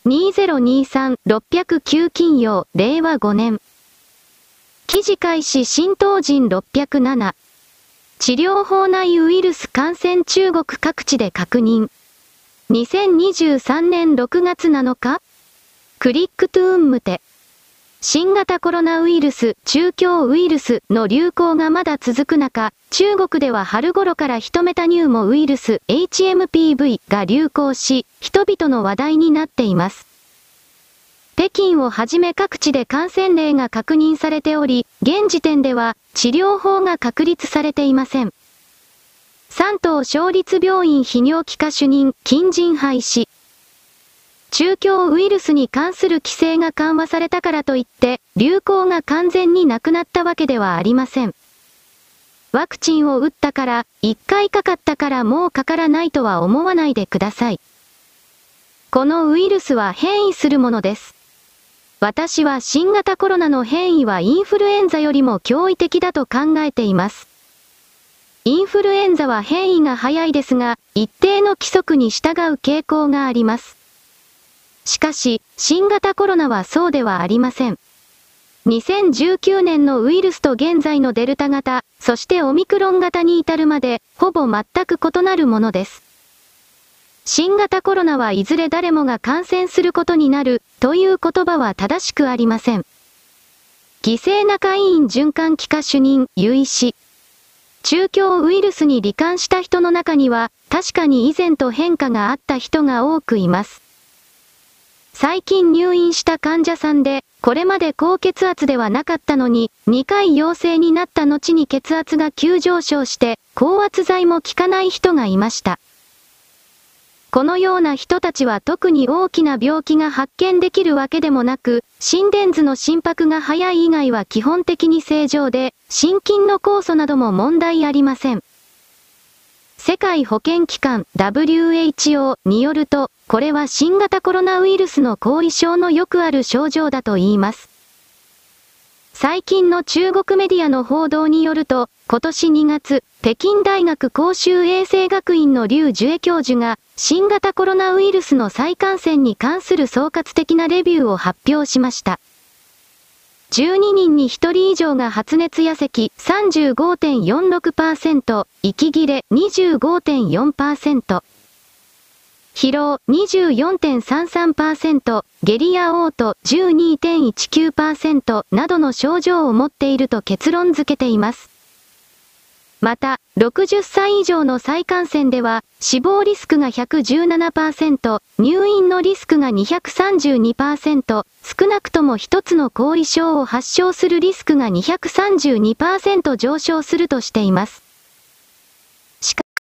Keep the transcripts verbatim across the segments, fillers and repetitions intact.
にせんにじゅうさんろっぴゃくきゅう金曜、れいわごねん。記事開始新当人ろっぴゃくなな。治療法内ウイルス感染中国各地で確認。にせんにじゅうさんねんろくがつなのか？クリックトゥーンムテ。新型コロナウイルス、中京ウイルスの流行がまだ続く中、中国では春頃からヒトメタニューモウイルス エイチエムピーブイ が流行し、人々の話題になっています。北京をはじめ各地で感染例が確認されており、現時点では治療法が確立されていません。山東省立病院泌尿器科主任、金仁廃止。中京ウイルスに関する規制が緩和されたからといって、流行が完全になくなったわけではありません。ワクチンを打ったから、いっかいかかったからもうかからないとは思わないでください。このウイルスは変異するものです。私は新型コロナの変異はインフルエンザよりも驚異的だと考えています。インフルエンザは変異が早いですが、一定の規則に従う傾向があります。しかし、新型コロナはそうではありません。にせんじゅうきゅうねんのウイルスと現在のデルタ型、そしてオミクロン型に至るまで、ほぼ全く異なるものです。新型コロナはいずれ誰もが感染することになる、という言葉は正しくありません。犠牲中医院循環器科主任、由医師。中京ウイルスに罹患した人の中には、確かに以前と変化があった人が多くいます。最近入院した患者さんで、これまで高血圧ではなかったのに、にかい陽性になった後に血圧が急上昇して、高圧剤も効かない人がいました。このような人たちは特に大きな病気が発見できるわけでもなく、心電図の心拍が速い以外は基本的に正常で、心筋の酵素なども問題ありません。世界保健機関 ダブリューエイチオー によると、これは新型コロナウイルスの後遺症のよくある症状だと言います。最近の中国メディアの報道によると、今年にがつ、北京大学公衆衛生学院の劉樹英教授が、新型コロナウイルスの再感染に関する総括的なレビューを発表しました。じゅうににんにひとり以上が発熱や咳 さんじゅうごてんよんろくパーセント、息切れ にじゅうごてんよんパーセント、疲労 にじゅうよんてんさんさんパーセント、下痢や嘔吐 じゅうにてんいちきゅうパーセント などの症状を持っていると結論付けています。また、ろくじゅっさい以上の再感染では、死亡リスクが ひゃくじゅうななパーセント、入院のリスクが にひゃくさんじゅうにパーセント、少なくとも一つの後遺症を発症するリスクが にひゃくさんじゅうにパーセント 上昇するとしています。しか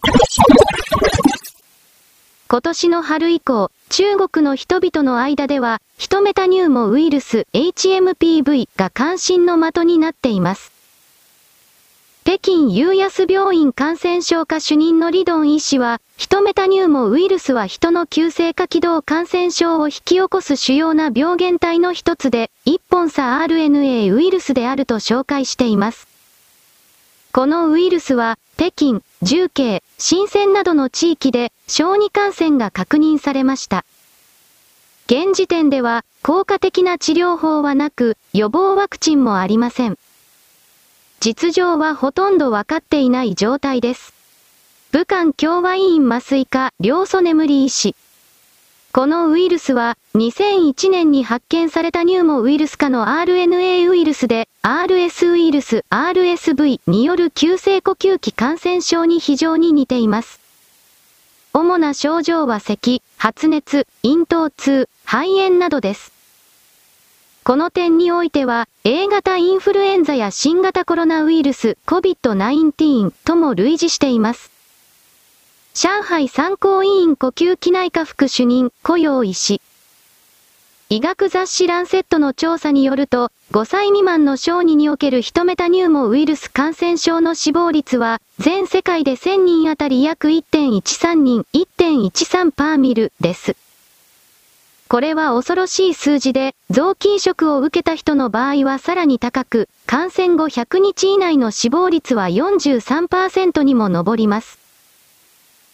今年の春以降、中国の人々の間では、ヒトメタニューモウイルス エイチエムピーブイ が関心の的になっています。北京友安病院感染症科主任のリドン医師は、ヒトメタニューモウイルスは人の急性下気道感染症を引き起こす主要な病原体の一つで、一本差 アールエヌエー ウイルスであると紹介しています。このウイルスは、北京、重慶、深センなどの地域で、小児感染が確認されました。現時点では、効果的な治療法はなく、予防ワクチンもありません。実情はほとんどわかっていない状態です。武漢共和医院麻酔科、梁素眠り医師。このウイルスは、にせんいちねんに発見されたニューモウイルス科の アールエヌエー ウイルスで、アールエス ウイルス、アールエスブイ による急性呼吸器感染症に非常に似ています。主な症状は咳、発熱、咽頭痛、肺炎などです。この点においては、エー 型インフルエンザや新型コロナウイルス コビッドナインティーン とも類似しています。上海三甲医院呼吸器内科副主任、古陽医師。医学雑誌ランセットの調査によると、ごさい未満の小児におけるヒトメタニューモウイルス感染症の死亡率は、全世界でせんにんあたり約 いってんいちさんにん、いってんいちさんパーミルです。これは恐ろしい数字で、臓器移植を受けた人の場合はさらに高く、感染後ひゃくにち以内の死亡率は よんじゅうさんパーセント にも上ります。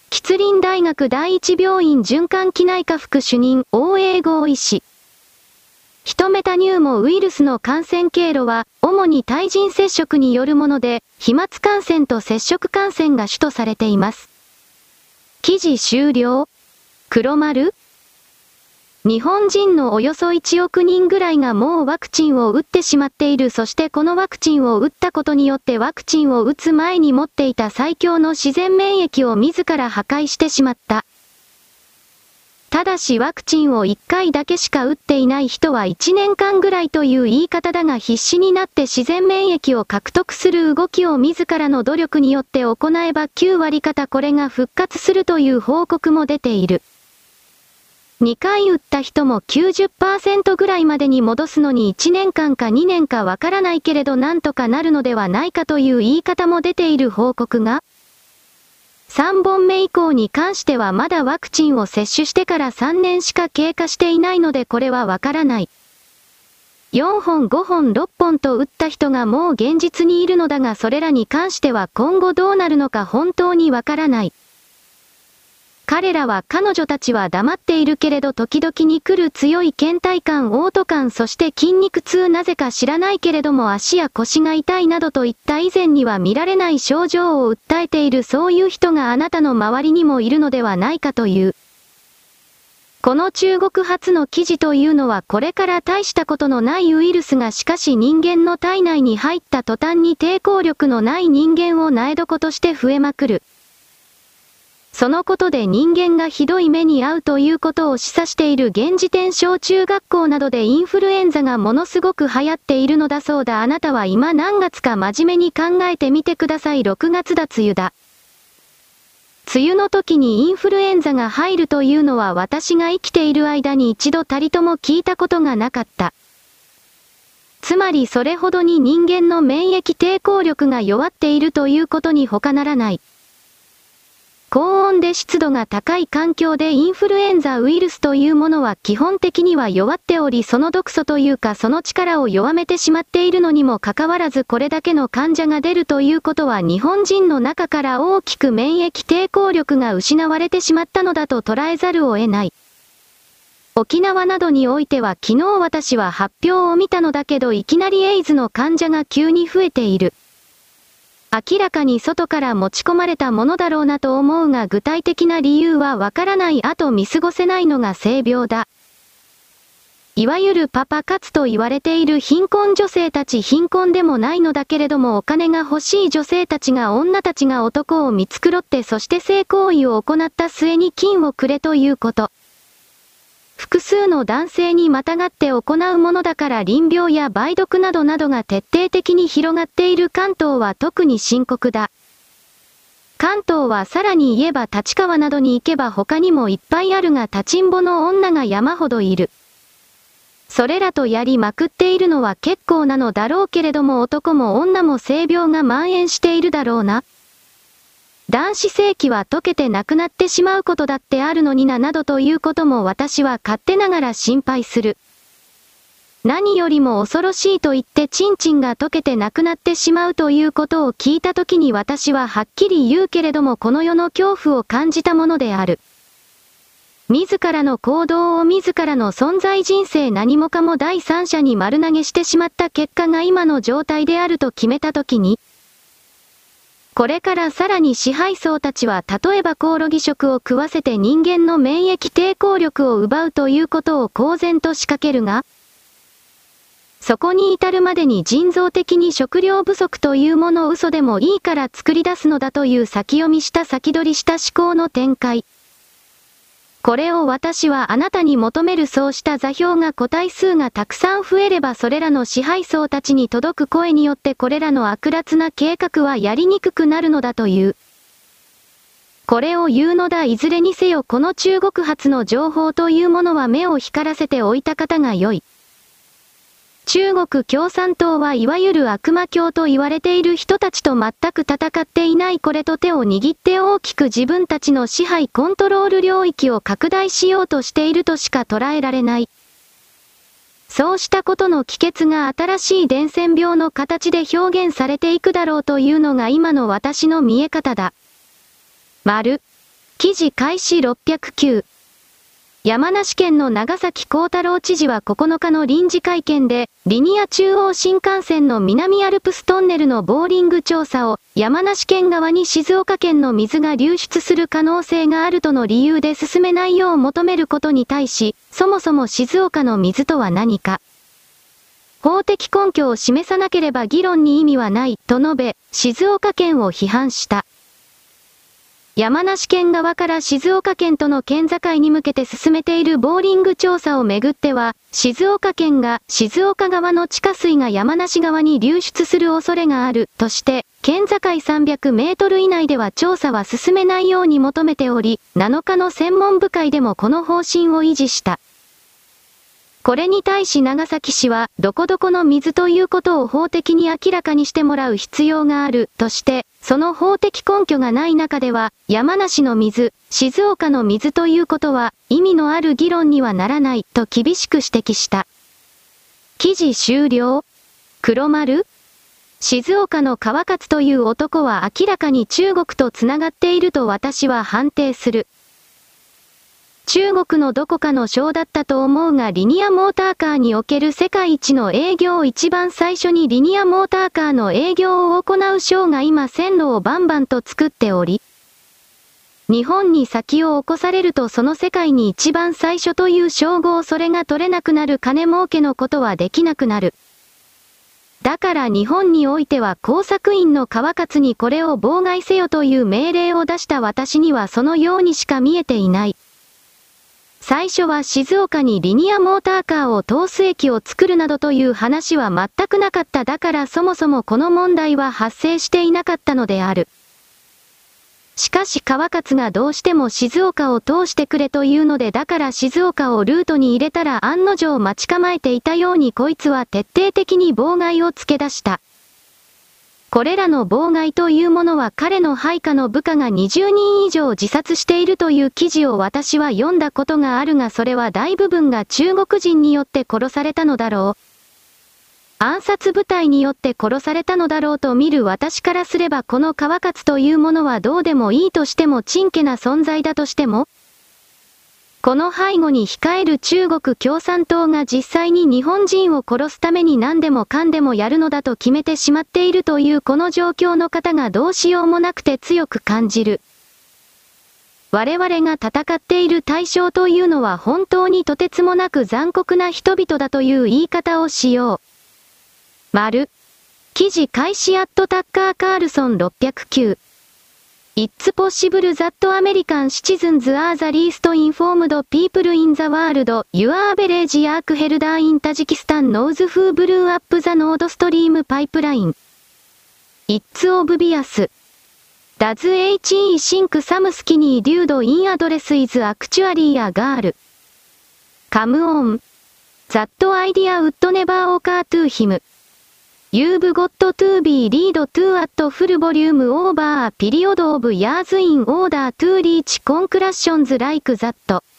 吉林大学第一病院循環器内科副主任、王英剛医師。ヒトメタニューモウイルスの感染経路は、主に対人接触によるもので、飛沫感染と接触感染が主とされています。記事終了。黒丸？日本人のおよそいちおくにんぐらいがもうワクチンを打ってしまっている。そしてこのワクチンを打ったことによってワクチンを打つ前に持っていた最強の自然免疫を自ら破壊してしまった。ただしワクチンをいっかいだけしか打っていない人はいちねんかんぐらいという言い方だが、必死になって自然免疫を獲得する動きを自らの努力によって行えばきゅうわり方これが復活するという報告も出ている。にかい打った人も きゅうじゅっパーセント ぐらいまでに戻すのにいちねんかんかにねんかわからないけれどなんとかなるのではないかという言い方も出ている報告が、さんぼんめ以降に関してはまだワクチンを接種してからさんねんしか経過していないのでこれはわからない。よんほんごほんろっぽんと打った人がもう現実にいるのだが、それらに関しては今後どうなるのか本当にわからない。彼らは彼女たちは黙っているけれど時々に来る強い倦怠感、嘔吐感、そして筋肉痛、なぜか知らないけれども足や腰が痛いなどといった以前には見られない症状を訴えている、そういう人があなたの周りにもいるのではないかという。この中国発の記事というのはこれから大したことのないウイルスがしかし人間の体内に入った途端に抵抗力のない人間を苗床として増えまくる。そのことで人間がひどい目に遭うということを示唆している。現時点小中学校などでインフルエンザがものすごく流行っているのだそうだ。あなたは今何月か真面目に考えてみてください。ろくがつだ、梅雨だ。梅雨の時にインフルエンザが入るというのは私が生きている間に一度たりとも聞いたことがなかった。つまりそれほどに人間の免疫抵抗力が弱っているということに他ならない。高温で湿度が高い環境でインフルエンザウイルスというものは基本的には弱っており、その毒素というかその力を弱めてしまっているのにもかかわらずこれだけの患者が出るということは日本人の中から大きく免疫抵抗力が失われてしまったのだと捉えざるを得ない。沖縄などにおいては昨日私は発表を見たのだけどいきなりエイズの患者が急に増えている。明らかに外から持ち込まれたものだろうなと思うが具体的な理由はわからない。あと見過ごせないのが性病だ。いわゆるパパ活と言われている貧困女性たち、貧困でもないのだけれどもお金が欲しい女性たちが女たちが男を見繕ってそして性行為を行った末に金をくれということ。複数の男性にまたがって行うものだから淋病や梅毒などなどが徹底的に広がっている。関東は特に深刻だ。関東はさらに言えば立川などに行けば他にもいっぱいあるが立ちんぼの女が山ほどいる。それらとやりまくっているのは結構なのだろうけれども男も女も性病が蔓延しているだろうな。男子性器は溶けてなくなってしまうことだってあるのにななどということも私は勝手ながら心配する。何よりも恐ろしいと言ってチンチンが溶けてなくなってしまうということを聞いたときに私ははっきり言うけれどもこの世の恐怖を感じたものである。自らの行動を自らの存在人生何もかも第三者に丸投げしてしまった結果が今の状態であると決めたときに、これからさらに支配層たちは例えばコオロギ食を食わせて人間の免疫抵抗力を奪うということを公然と仕掛けるが、そこに至るまでに人造的に食料不足というものを嘘でもいいから作り出すのだという先読みした先取りした思考の展開。これを私はあなたに求める。そうした座標が個体数がたくさん増えればそれらの支配層たちに届く声によってこれらの悪辣な計画はやりにくくなるのだという。これを言うのだ。いずれにせよこの中国発の情報というものは目を光らせておいた方が良い。中国共産党はいわゆる悪魔教と言われている人たちと全く戦っていない。これと手を握って大きく自分たちの支配コントロール領域を拡大しようとしているとしか捉えられない。そうしたことの帰結が新しい伝染病の形で表現されていくだろうというのが今の私の見え方だ。丸。 記事開始ろっぴゃくきゅう。山梨県の長崎幸太郎知事はここのかの臨時会見で、リニア中央新幹線の南アルプストンネルのボーリング調査を、山梨県側に静岡県の水が流出する可能性があるとの理由で進めないよう求めることに対し、そもそも静岡の水とは何か。法的根拠を示さなければ議論に意味はない、と述べ、静岡県を批判した。山梨県側から静岡県との県境に向けて進めているボーリング調査をめぐっては、静岡県が静岡側の地下水が山梨側に流出する恐れがあるとして、県境さんびゃくメートル以内では調査は進めないように求めており、なのかの専門部会でもこの方針を維持した。これに対し長崎市は、どこどこの水ということを法的に明らかにしてもらう必要がある、として、その法的根拠がない中では、山梨の水、静岡の水ということは、意味のある議論にはならない、と厳しく指摘した。記事終了。黒丸？静岡の川勝という男は明らかに中国とつながっていると私は判定する。中国のどこかの省だったと思うがリニアモーターカーにおける世界一の営業を一番最初にリニアモーターカーの営業を行う省が今線路をバンバンと作っており、日本に先を起こされるとその世界に一番最初という称号それが取れなくなる金儲けのことはできなくなる。だから日本においては工作員の川勝にこれを妨害せよという命令を出した私にはそのようにしか見えていない。最初は静岡にリニアモーターカーを通す駅を作るなどという話は全くなかった。だからそもそもこの問題は発生していなかったのである。しかし川勝がどうしても静岡を通してくれというのでだから静岡をルートに入れたら案の定待ち構えていたようにこいつは徹底的に妨害をつけ出した。これらの妨害というものは彼の配下の部下がにじゅうにん以上自殺しているという記事を私は読んだことがあるがそれは大部分が中国人によって殺されたのだろう。暗殺部隊によって殺されたのだろうと見る私からすればこの川勝というものはどうでもいいとしても珍奇な存在だとしても、この背後に控える中国共産党が実際に日本人を殺すために何でもかんでもやるのだと決めてしまっているというこの状況の方がどうしようもなくて強く感じる。我々が戦っている対象というのは本当にとてつもなく残酷な人々だという言い方をしよう。丸。記事開始アットタッカーカールソンろっぴゃくきゅう。It's possible that American citizens are the least informed people in the world. Your average arc holder in Tajikistan knows who blew up the Nord Stream pipeline. It's obvious. Does he think some skinny dude in a dress is actually a girl? Come on. That idea would never occur to him.You've got to be read to at full volume over a period of years in order to reach conclusions like that.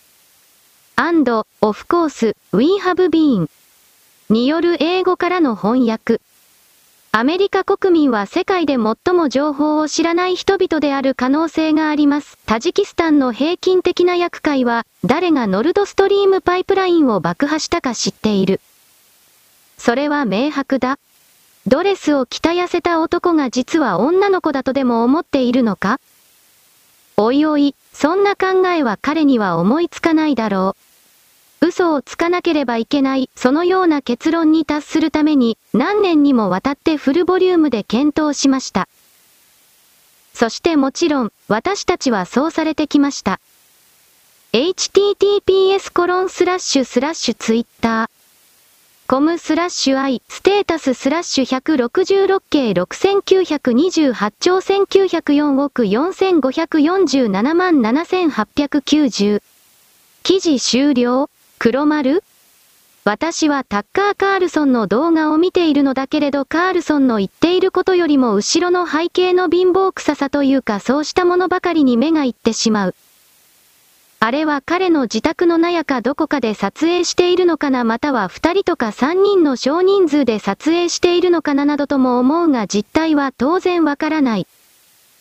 And, of course, we have been. による英語からの翻訳。アメリカ国民は世界で最も情報を知らない人々である可能性があります。タジキスタンの平均的な厄介は、誰がノルドストリームパイプラインを爆破したか知っている。それは明白だ。ドレスを着た痩せた男が実は女の子だとでも思っているのか？おいおい、そんな考えは彼には思いつかないだろう。嘘をつかなければいけない、そのような結論に達するために、何年にもわたってフルボリュームで検討しました。そしてもちろん、私たちはそうされてきました。エイチティーティーピーエスコロンスラッシュスラッシュツイッターコムスラッシュ i ステータススラッシュ ひゃくろくじゅうろくケーろくせんきゅうひゃくにじゅうはちちょうせんきゅうひゃくよんおくよんせんごひゃくよんじゅうななまんななせんはっぴゃくきゅうじゅう。記事終了。黒丸？私はタッカー・カールソンの動画を見ているのだけれどカールソンの言っていることよりも後ろの背景の貧乏臭さというかそうしたものばかりに目がいってしまう。あれは彼の自宅の納屋かどこかで撮影しているのかなまたは二人とか三人の少人数で撮影しているのかななどとも思うが実態は当然わからない。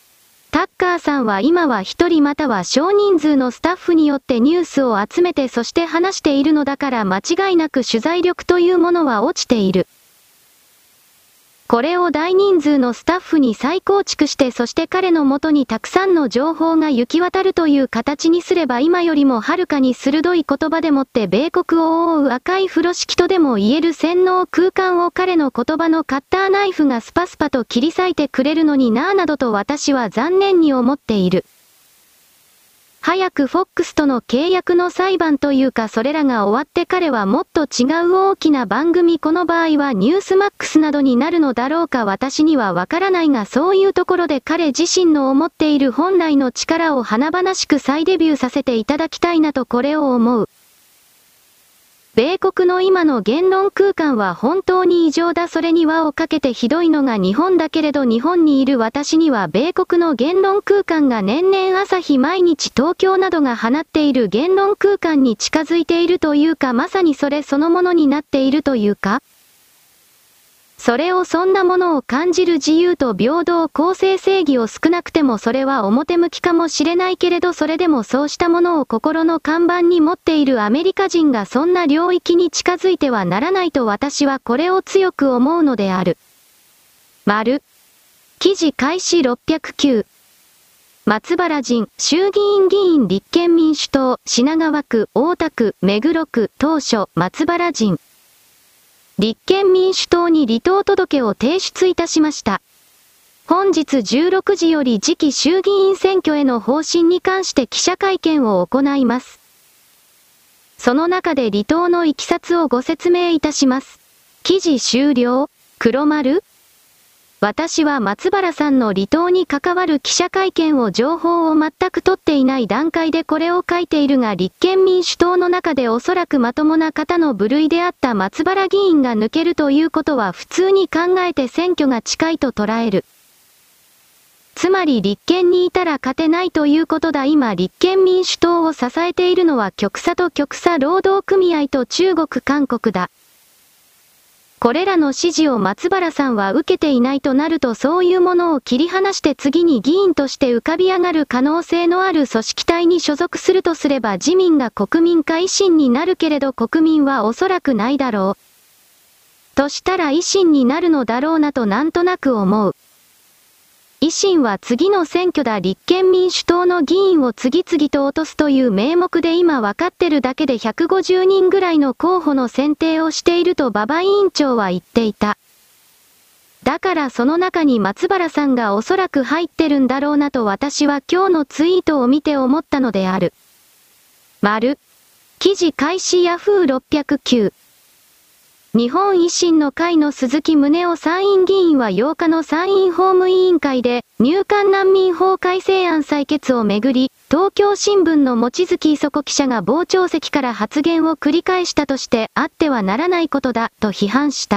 タッカーさんは今は一人または少人数のスタッフによってニュースを集めてそして話しているのだから間違いなく取材力というものは落ちている。これを大人数のスタッフに再構築してそして彼の元にたくさんの情報が行き渡るという形にすれば今よりもはるかに鋭い言葉でもって米国を覆う赤い風呂敷とでも言える洗脳空間を彼の言葉のカッターナイフがスパスパと切り裂いてくれるのになぁなどと私は残念に思っている。早くフォックスとの契約の裁判というかそれらが終わって彼はもっと違う大きな番組この場合はニュースマックスなどになるのだろうか私にはわからないがそういうところで彼自身の思っている本来の力を華々しく再デビューさせていただきたいなとこれを思う。米国の今の言論空間は本当に異常だそれに輪をかけてひどいのが日本だけれど日本にいる私には米国の言論空間が年々朝日毎日東京などが放っている言論空間に近づいているというかまさにそれそのものになっているというかそれをそんなものを感じる自由と平等公正正義を少なくてもそれは表向きかもしれないけれどそれでもそうしたものを心の看板に持っているアメリカ人がそんな領域に近づいてはならないと私はこれを強く思うのである。丸。記事開始ろっぴゃくきゅう。松原仁、衆議院議員立憲民主党、品川区、大田区、目黒区、当初、松原仁。立憲民主党に離党届を提出いたしました。本日じゅうろくじより次期衆議院選挙への方針に関して記者会見を行います。その中で離党の経緯をご説明いたします。記事終了。黒丸。私は松原さんの離党に関わる記者会見を情報を全く取っていない段階でこれを書いているが立憲民主党の中でおそらくまともな方の部類であった松原議員が抜けるということは普通に考えて選挙が近いと捉える。つまり立憲にいたら勝てないということだ。今立憲民主党を支えているのは極左と極左労働組合と中国韓国だ。これらの支持を松原さんは受けていないとなるとそういうものを切り離して次に議員として浮かび上がる可能性のある組織体に所属するとすれば自民が国民か維新になるけれど国民はおそらくないだろう。としたら維新になるのだろうなとなんとなく思う。維新は次の選挙だ。立憲民主党の議員を次々と落とすという名目で今わかってるだけでひゃくごじゅうにんぐらいの候補の選定をしていると馬場委員長は言っていた。だからその中に松原さんがおそらく入ってるんだろうなと私は今日のツイートを見て思ったのである。丸。記事開始ヤフーろっぴゃくきゅう。日本維新の会の鈴木宗男参院議員はようかの参院法務委員会で入管難民法改正案採決をめぐり、東京新聞の望月磯子記者が傍聴席から発言を繰り返したとしてあってはならないことだと批判した。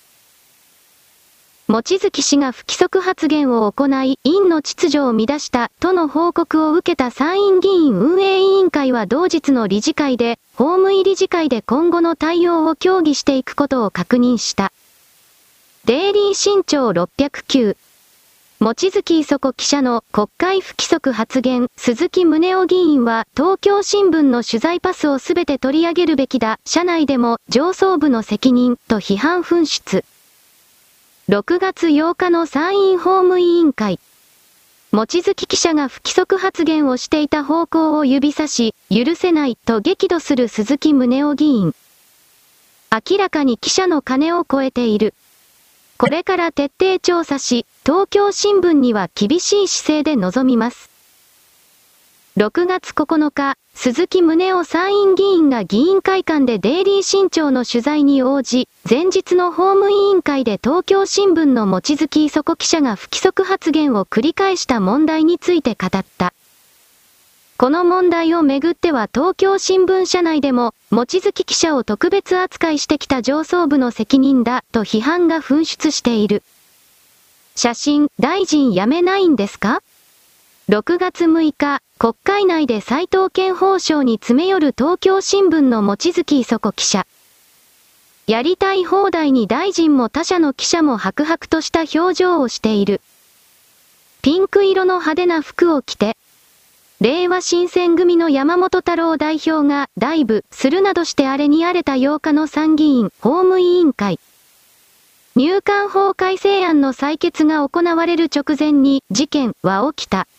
望月氏が不規則発言を行い、院の秩序を乱したとの報告を受けた参院議員運営委員会は同日の理事会で、法務委理事会で今後の対応を協議していくことを確認した。デイリー新潮ろっぴゃくきゅう。望月磯子記者の国会不規則発言、鈴木宗男議員は東京新聞の取材パスをすべて取り上げるべきだ、社内でも上層部の責任と批判噴出。ろくがつようかの参院法務委員会。望月記者が不規則発言をしていた方向を指さし、許せないと激怒する鈴木宗男議員。明らかに記者の金を超えている。これから徹底調査し、東京新聞には厳しい姿勢で臨みます。ろくがつここのか、鈴木宗男参院議員が議員会館でデイリー新潮の取材に応じ、前日の法務委員会で東京新聞の望月磯子記者が不規則発言を繰り返した問題について語った。この問題をめぐっては東京新聞社内でも、望月記者を特別扱いしてきた上層部の責任だと批判が噴出している。写真、大臣辞めないんですか？ろくがつむいか、国会内で斉藤健法相に詰め寄る東京新聞の望月磯子記者。やりたい放題に大臣も他社の記者も白々とした表情をしている。 ピンク色の派手な服を着て、れいわ新選組の山本太郎代表がダイブするなどして荒れに荒れたようかの参議院法務委員会。入管法改正案の採決が行われる直前に事件は起きた。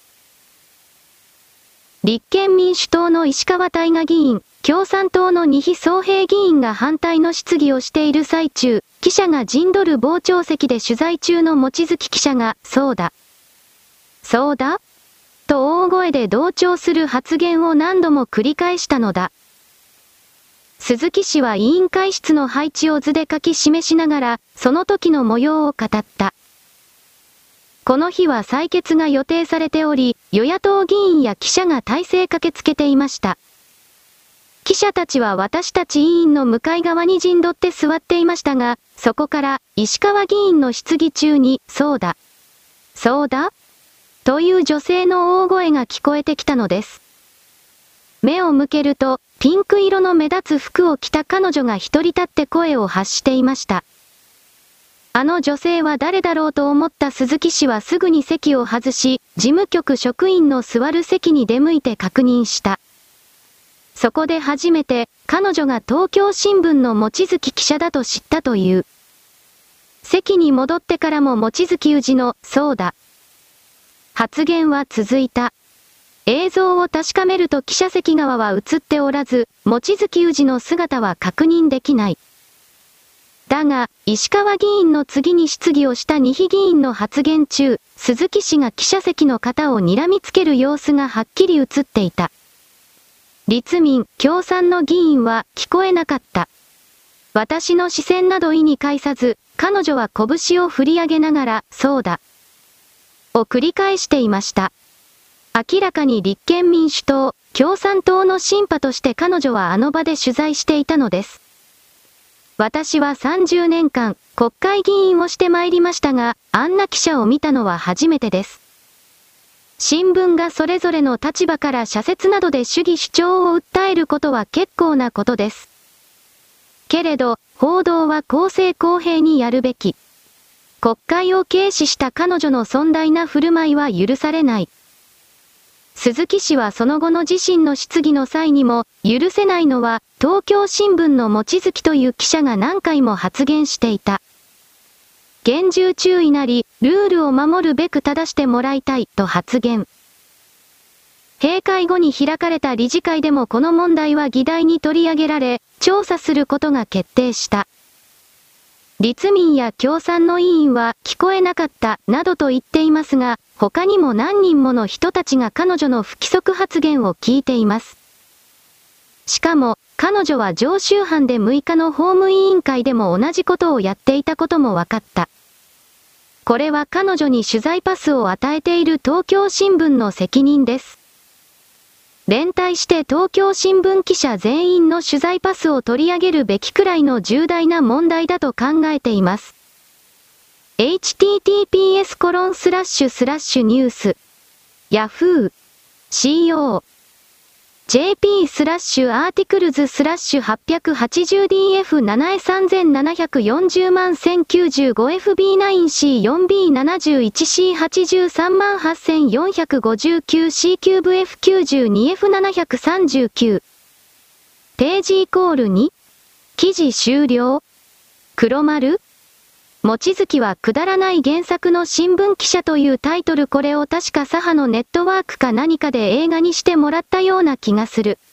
立憲民主党の石川大我議員、共産党の二比総平議員が反対の質疑をしている最中、記者が陣取る傍聴席で取材中の望月記者が、そうだ。そうだと大声で同調する発言を何度も繰り返したのだ。鈴木氏は委員会室の配置を図で書き示しながら、その時の模様を語った。この日は採決が予定されており、与野党議員や記者が大勢駆けつけていました。記者たちは私たち委員の向かい側に陣取って座っていましたが、そこから石川議員の質疑中に、そうだ。そうだという女性の大声が聞こえてきたのです。目を向けると、ピンク色の目立つ服を着た彼女が一人立って声を発していました。あの女性は誰だろうと思った鈴木氏はすぐに席を外し、事務局職員の座る席に出向いて確認した。そこで初めて、彼女が東京新聞の望月記者だと知ったという。席に戻ってからも望月氏の、そうだ。発言は続いた。映像を確かめると記者席側は映っておらず、望月氏の姿は確認できない。だが、石川議員の次に質疑をした二比議員の発言中、鈴木氏が記者席の方を睨みつける様子がはっきり映っていた。立民、共産の議員は聞こえなかった。私の視線など意に介さず、彼女は拳を振り上げながら、そうだ。を繰り返していました。明らかに立憲民主党、共産党のシンパとして彼女はあの場で取材していたのです。私はさんじゅうねんかん、国会議員をして参りましたが、あんな記者を見たのは初めてです。新聞がそれぞれの立場から社説などで主義主張を訴えることは結構なことです。けれど、報道は公正公平にやるべき。国会を軽視した彼女の尊大な振る舞いは許されない。鈴木氏はその後の自身の質疑の際にも、許せないのは、東京新聞の望月という記者が何回も発言していた。厳重注意なり、ルールを守るべく正してもらいたい、と発言。閉会後に開かれた理事会でもこの問題は議題に取り上げられ、調査することが決定した。立民や共産の委員は聞こえなかった、などと言っていますが、他にも何人もの人たちが彼女の不規則発言を聞いています。しかも、彼女は常習犯でむいかの法務委員会でも同じことをやっていたことも分かった。これは彼女に取材パスを与えている東京新聞の責任です。連帯して東京新聞記者全員の取材パスを取り上げるべきくらいの重大な問題だと考えています。エイチティーティーピーエスコロンスラッシュスラッシュニュースヤフー シーオー ジェーピー スラッシュアーティクルズスラッシュ はちはちゼロディーエフなな さんななよんゼロまんせんきゅうじゅうごエフビーナインシーよんビーななじゅういちシーはちさんまんはっせんよんひゃくごじゅうきゅうシーキューブエフきゅうじゅうにエフななさんきゅうページイコールに記事終了黒丸望月はくだらない原作の新聞記者というタイトルこれを確か左派のネットワークか何かで映画にしてもらったような気がする。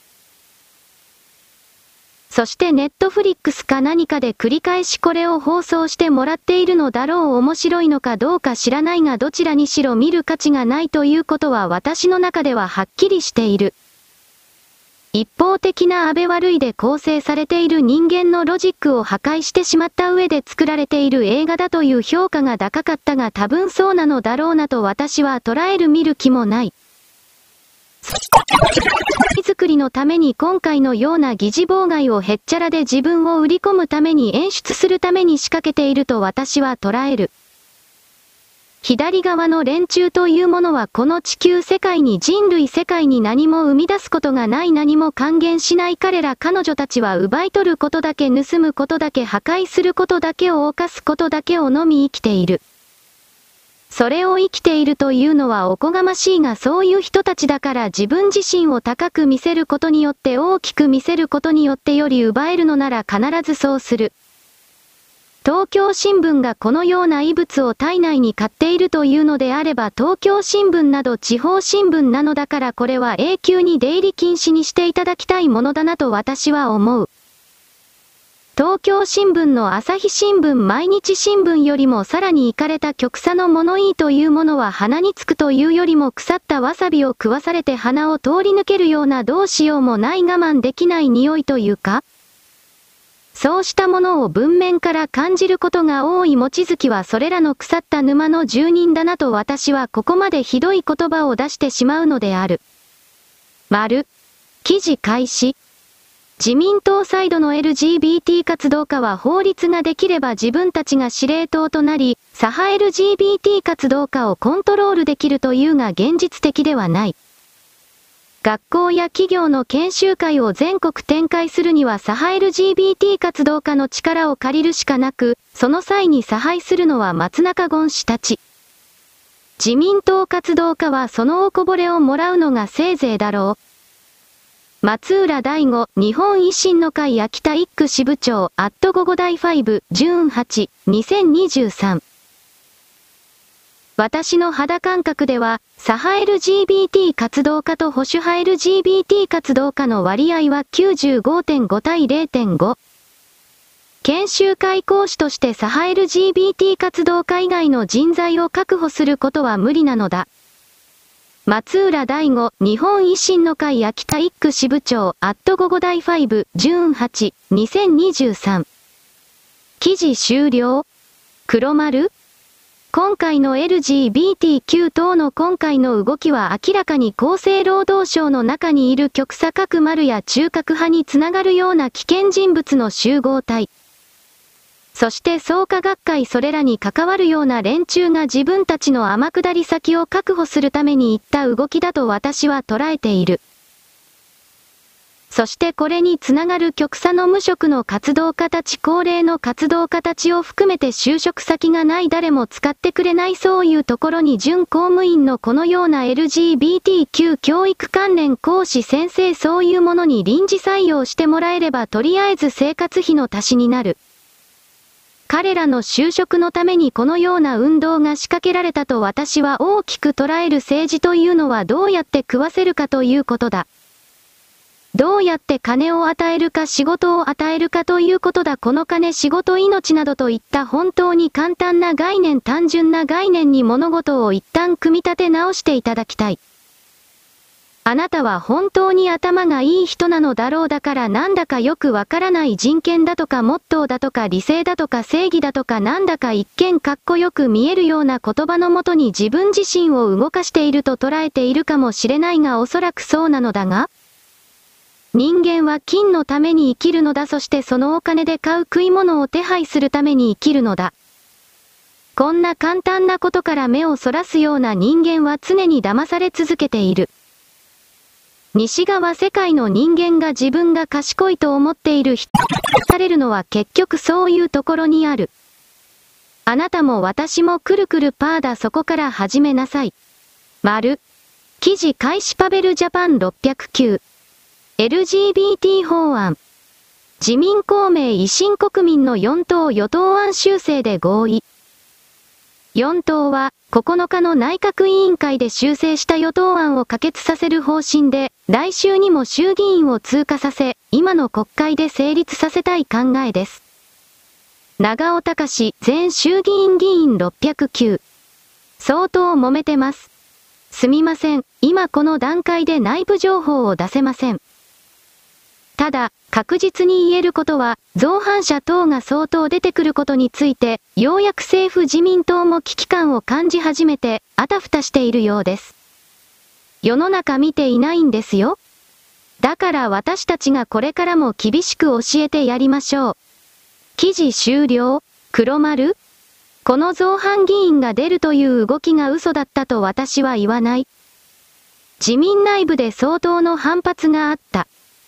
そしてネットフリックスか何かで繰り返しこれを放送してもらっているのだろう面白いのかどうか知らないがどちらにしろ見る価値がないということは私の中でははっきりしている。一方的な安倍悪いで構成されている人間のロジックを破壊してしまった上で作られている映画だという評価が高かったが多分そうなのだろうなと私は捉える見る気もない。作りのために今回のような議事妨害をへっちゃらで自分を売り込むために演出するために仕掛けていると私は捉える。左側の連中というものはこの地球世界に人類世界に何も生み出すことがない何も還元しない彼ら彼女たちは奪い取ることだけ盗むことだけ破壊することだけを犯すことだけをのみ生きている。 それを生きているというのはおこがましいがそういう人たちだから自分自身を高く見せることによって大きく見せることによってより奪えるのなら必ずそうする。東京新聞がこのような異物を体内に飼っているというのであれば東京新聞など地方新聞なのだからこれは永久に出入り禁止にしていただきたいものだなと私は思う。東京新聞の朝日新聞毎日新聞よりもさらにイカれた極左の物言いというものは鼻につくというよりも腐ったわさびを食わされて鼻を通り抜けるようなどうしようもない我慢できない匂いというか、そうしたものを文面から感じることが多い望月はそれらの腐った沼の住人だなと私はここまでひどい言葉を出してしまうのである。丸。記事開始。自民党サイドの エルジービーティー 活動家は法律ができれば自分たちが司令塔となり、左派 エルジービーティー 活動家をコントロールできるというが現実的ではない。学校や企業の研修会を全国展開するには左派 エルジービーティー 活動家の力を借りるしかなく、その際に差配するのは松中権氏たち。自民党活動家はそのおこぼれをもらうのがせいぜいだろう。松浦大吾、日本維新の会秋田一区支部長、アット午後大ファイブ、ジューンはち、にせんにじゅうさん。私の肌感覚では、左派 エルジービーティー 活動家と保守派 エルジービーティー 活動家の割合は きゅうじゅうごてんご 対 れいてんご。研修会講師として左派 エルジービーティー 活動家以外の人材を確保することは無理なのだ。松浦大吾、日本維新の会秋田一区支部長、アット午後大ファイブ、ジューンはち、にせんにじゅうさん。記事終了。黒丸？今回の エルジービーティーキュー 等の今回の動きは明らかに厚生労働省の中にいる極左角丸や中核派につながるような危険人物の集合体。そして創価学会それらに関わるような連中が自分たちの天下り先を確保するために行った動きだと私は捉えている。そしてこれにつながる極左の無職の活動家たち高齢の活動家たちを含めて就職先がない誰も使ってくれないそういうところに準公務員のこのような エルジービーティーキュー 教育関連講師先生そういうものに臨時採用してもらえればとりあえず生活費の足しになる。彼らの就職のためにこのような運動が仕掛けられたと私は大きく捉える政治というのはどうやって食わせるかということだ。どうやって金を与えるか仕事を与えるかということだ。この金仕事命などといった本当に簡単な概念単純な概念に物事を一旦組み立て直していただきたい。あなたは本当に頭がいい人なのだろうだからなんだかよくわからない人権だとかモットーだとか理性だとか正義だとかなんだか一見かっこよく見えるような言葉のもとに自分自身を動かしていると捉えているかもしれないがおそらくそうなのだが、人間は金のために生きるのだ。そしてそのお金で買う食い物を手配するために生きるのだ。こんな簡単なことから目をそらすような人間は常に騙され続けている。西側世界の人間が自分が賢いと思っている人されるのは結局そういうところにある。あなたも私もくるくるパーだ。そこから始めなさい。丸。記事開始。パベルジャパンろっぴゃくきゅう。エルジービーティー 法案。自民公明維新国民のよん党与党案修正で合意。よん党はここのかの内閣委員会で修正した与党案を可決させる方針で、来週にも衆議院を通過させ、今の国会で成立させたい考えです。長尾隆前衆議院議員ろっぴゃくきゅう。相当揉めてます。すみません、今この段階で内部情報を出せません。ただ、確実に言えることは、造反者等が相当出てくることについて、ようやく政府自民党も危機感を感じ始めて、あたふたしているようです。世の中見ていないんですよ。だから私たちがこれからも厳しく教えてやりましょう。記事終了。黒丸？この造反議員が出るという動きが嘘だったと私は言わない。自民内部で相当の反発があった。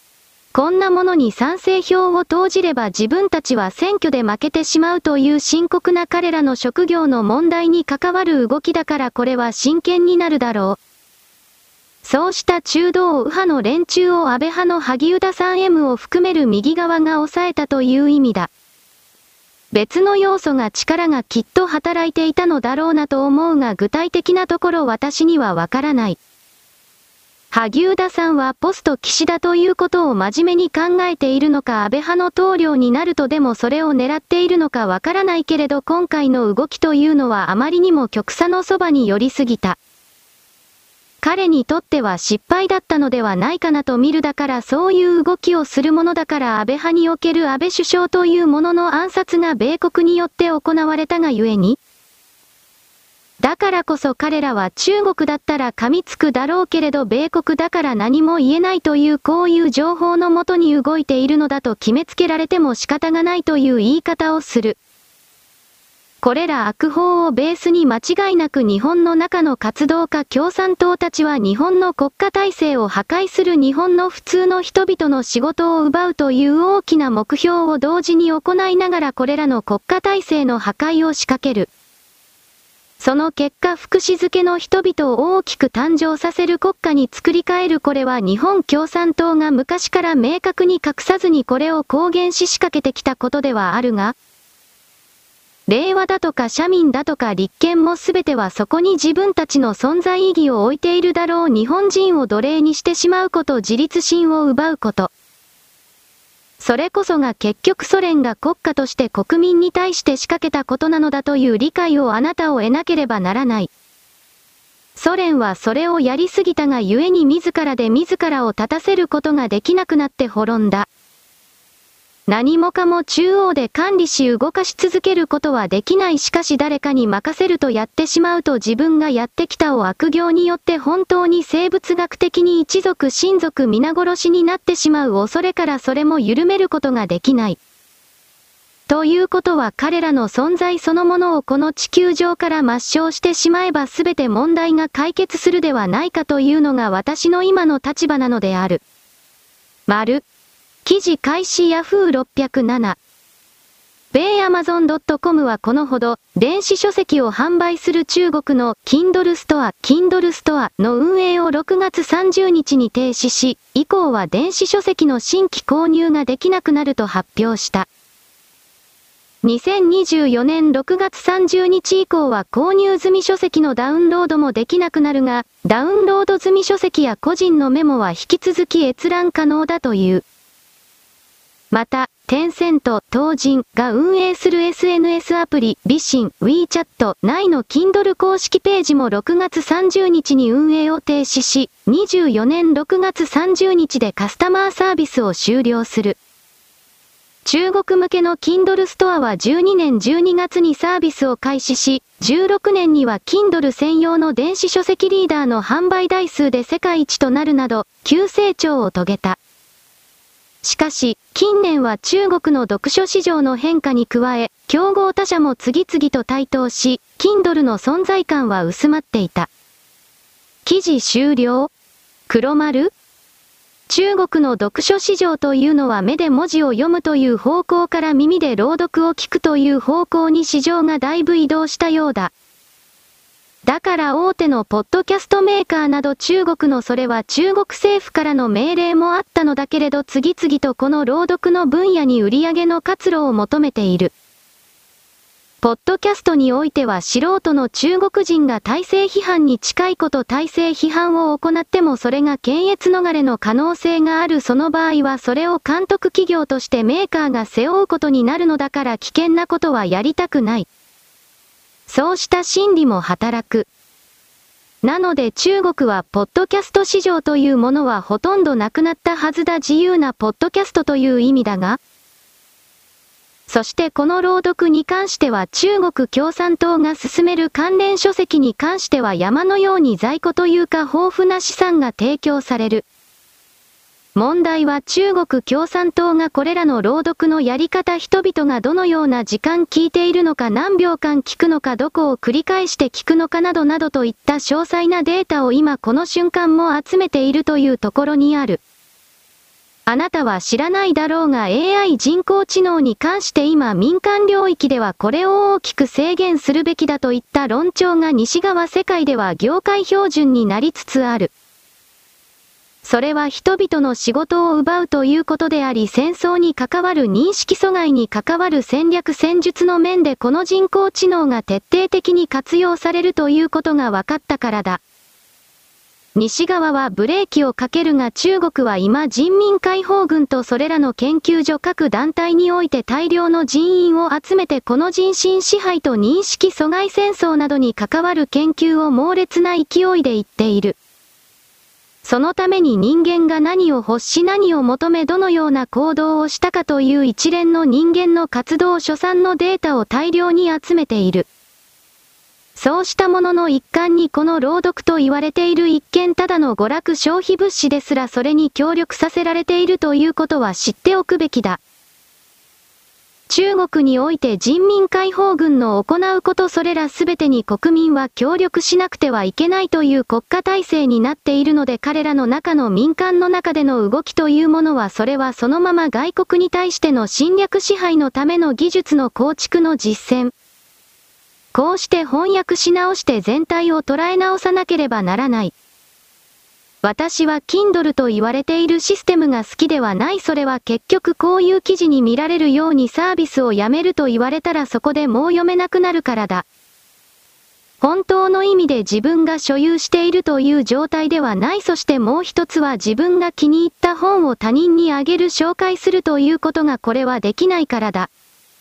こんなものに賛成票を投じれば自分たちは選挙で負けてしまうという深刻な彼らの職業の問題に関わる動きだからこれは真剣になるだろう。そうした中道右派の連中を安倍派の萩生田さん M を含める右側が抑えたという意味だ。別の要素が力がきっと働いていたのだろうなと思うが具体的なところ私にはわからない。萩生田さんはポスト岸田ということを真面目に考えているのか安倍派の棟梁になるとでもそれを狙っているのかわからないけれど今回の動きというのはあまりにも極左のそばに寄りすぎた。彼にとっては失敗だったのではないかなと見るだからそういう動きをするものだから安倍派における安倍首相というものの暗殺が米国によって行われたがゆえにだからこそ彼らは中国だったら噛みつくだろうけれど米国だから何も言えないというこういう情報のもとに動いているのだと決めつけられても仕方がないという言い方をする。これら悪法をベースに間違いなく日本の中の活動家共産党たちは日本の国家体制を破壊する日本の普通の人々の仕事を奪うという大きな目標を同時に行いながらこれらの国家体制の破壊を仕掛ける。その結果福祉づけの人々を大きく誕生させる国家に作り変えるこれは日本共産党が昔から明確に隠さずにこれを公言し仕掛けてきたことではあるが、令和だとか社民だとか立憲もすべてはそこに自分たちの存在意義を置いているだろう日本人を奴隷にしてしまうこと自立心を奪うこと。それこそが結局ソ連が国家として国民に対して仕掛けたことなのだという理解をあなたを得なければならない。ソ連はそれをやりすぎたがゆえに自らで自らを立たせることができなくなって滅んだ。何もかも中央で管理し動かし続けることはできないしかし誰かに任せるとやってしまうと自分がやってきたを悪行によって本当に生物学的に一族親族皆殺しになってしまう恐れからそれも緩めることができない。ということは彼らの存在そのものをこの地球上から抹消してしまえば全て問題が解決するではないかというのが私の今の立場なのである。丸。記事開始ヤフーろっぴゃくなな。米 アマゾンドットコム はこのほど、電子書籍を販売する中国の Kindle ストア、Kindle ストアの運営をろくがつさんじゅうにちに停止し、以降は電子書籍の新規購入ができなくなると発表した。にせんにじゅうよねんろくがつさんじゅうにち以降は購入済み書籍のダウンロードもできなくなるが、ダウンロード済み書籍や個人のメモは引き続き閲覧可能だという。また、テンセント、東人が運営する エスエヌエス アプリ、微信、WeChat 内の Kindle 公式ページもろくがつさんじゅうにちに運営を停止し、にじゅうよねんろくがつさんじゅうにちでカスタマーサービスを終了する。中国向けの Kindle ストアはじゅうにねんじゅうにがつにサービスを開始し、じゅうろくねんには Kindle 専用の電子書籍リーダーの販売台数で世界一となるなど、急成長を遂げた。しかし、近年は中国の読書市場の変化に加え、競合他社も次々と台頭し、Kindle の存在感は薄まっていた。記事終了？黒丸？中国の読書市場というのは目で文字を読むという方向から耳で朗読を聞くという方向に市場がだいぶ移動したようだ。だから大手のポッドキャストメーカーなど中国のそれは中国政府からの命令もあったのだけれど次々とこの朗読の分野に売り上げの活路を求めている。ポッドキャストにおいては素人の中国人が体制批判に近いこと体制批判を行ってもそれが検閲逃れの可能性があるその場合はそれを監督企業としてメーカーが背負うことになるのだから危険なことはやりたくない。そうした心理も働く。なので中国はポッドキャスト市場というものはほとんどなくなったはずだ自由なポッドキャストという意味だが、そしてこの朗読に関しては中国共産党が進める関連書籍に関しては山のように在庫というか豊富な資産が提供される。問題は中国共産党がこれらの朗読のやり方人々がどのような時間聞いているのか何秒間聞くのかどこを繰り返して聞くのかなどなどといった詳細なデータを今この瞬間も集めているというところにある。 あなたは知らないだろうが エーアイ 人工知能に関して今民間領域ではこれを大きく制限するべきだといった論調が西側世界では業界標準になりつつある。それは人々の仕事を奪うということであり戦争に関わる認識阻害に関わる戦略戦術の面でこの人工知能が徹底的に活用されるということが分かったからだ。西側はブレーキをかけるが中国は今人民解放軍とそれらの研究所各団体において大量の人員を集めてこの人身支配と認識阻害戦争などに関わる研究を猛烈な勢いで言っている。そのために人間が何を欲し何を求めどのような行動をしたかという一連の人間の活動所産のデータを大量に集めている。そうしたものの一環にこの朗読と言われている一見ただの娯楽消費物資ですらそれに協力させられているということは知っておくべきだ。中国において人民解放軍の行うことそれらすべてに国民は協力しなくてはいけないという国家体制になっているので彼らの中の民間の中での動きというものはそれはそのまま外国に対しての侵略支配のための技術の構築の実践。こうして翻訳し直して全体を捉え直さなければならない。私は Kindle と言われているシステムが好きではない。それは結局こういう記事に見られるようにサービスをやめると言われたらそこでもう読めなくなるからだ。本当の意味で自分が所有しているという状態ではない。そしてもう一つは自分が気に入った本を他人にあげる紹介するということがこれはできないからだ。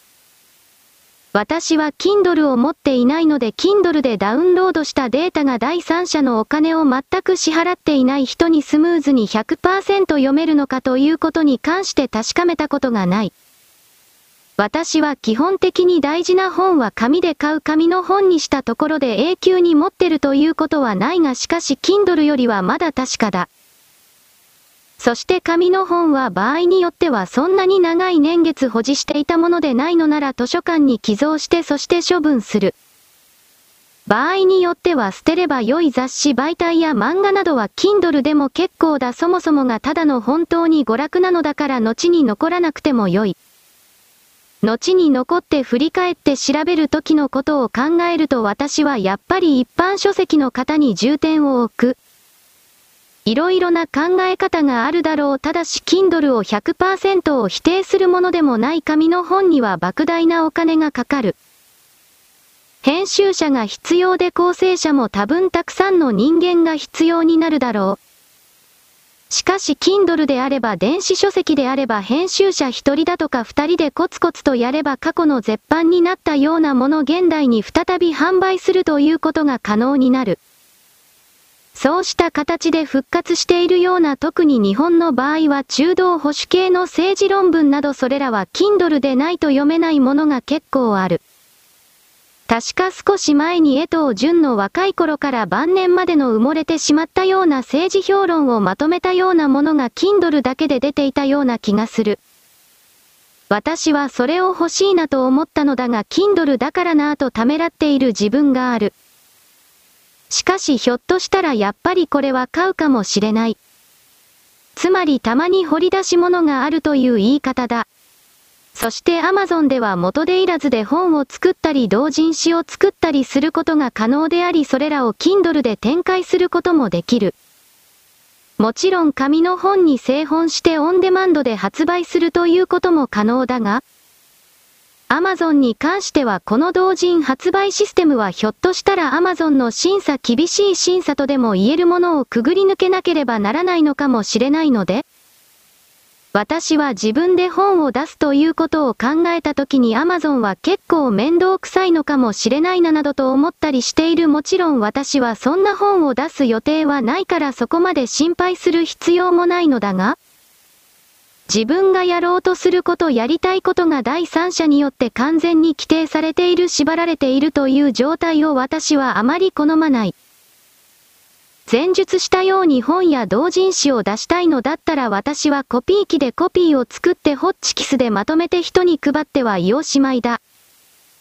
私は Kindle を持っていないので Kindle でダウンロードしたデータが第三者のお金を全く支払っていない人にスムーズに ひゃくパーセント 読めるのかということに関して確かめたことがない。私は基本的に大事な本は紙で買う紙の本にしたところで永久に持ってるということはないがしかし Kindle よりはまだ確かだ。そして紙の本は場合によってはそんなに長い年月保持していたものでないのなら図書館に寄贈してそして処分する。場合によっては捨てれば良い雑誌媒体や漫画などは Kindle でも結構だ。そもそもがただの本当に娯楽なのだから後に残らなくても良い。後に残って振り返って調べる時のことを考えると私はやっぱり一般書籍の方に重点を置く。いろいろな考え方があるだろう。ただし Kindle を ひゃくパーセント を否定するものでもない紙の本には莫大なお金がかかる。編集者が必要で構成者も多分たくさんの人間が必要になるだろう。しかし Kindle であれば電子書籍であれば編集者一人だとか二人でコツコツとやれば過去の絶版になったようなもの現代に再び販売するということが可能になる。そうした形で復活しているような特に日本の場合は中道保守系の政治論文などそれらは Kindle でないと読めないものが結構ある。確か少し前に江藤淳の若い頃から晩年までの埋もれてしまったような政治評論をまとめたようなものが Kindle だけで出ていたような気がする。私はそれを欲しいなと思ったのだが Kindle だからなぁとためらっている自分がある。しかしひょっとしたらやっぱりこれは買うかもしれない。つまりたまに掘り出し物があるという言い方だ。そして Amazon では元手いらずで本を作ったり同人誌を作ったりすることが可能でありそれらを Kindle で展開することもできる。もちろん紙の本に製本してオンデマンドで発売するということも可能だが、Amazon に関してはこの同人発売システムはひょっとしたら Amazon の審査厳しい審査とでも言えるものをくぐり抜けなければならないのかもしれないので、私は自分で本を出すということを考えたときに Amazon は結構面倒くさいのかもしれないななどと思ったりしている。もちろん私はそんな本を出す予定はないからそこまで心配する必要もないのだが、自分がやろうとすること、やりたいことが第三者によって完全に規定されている、縛られているという状態を私はあまり好まない。前述したように本や同人誌を出したいのだったら私はコピー機でコピーを作ってホッチキスでまとめて人に配ってはいおしまいだ。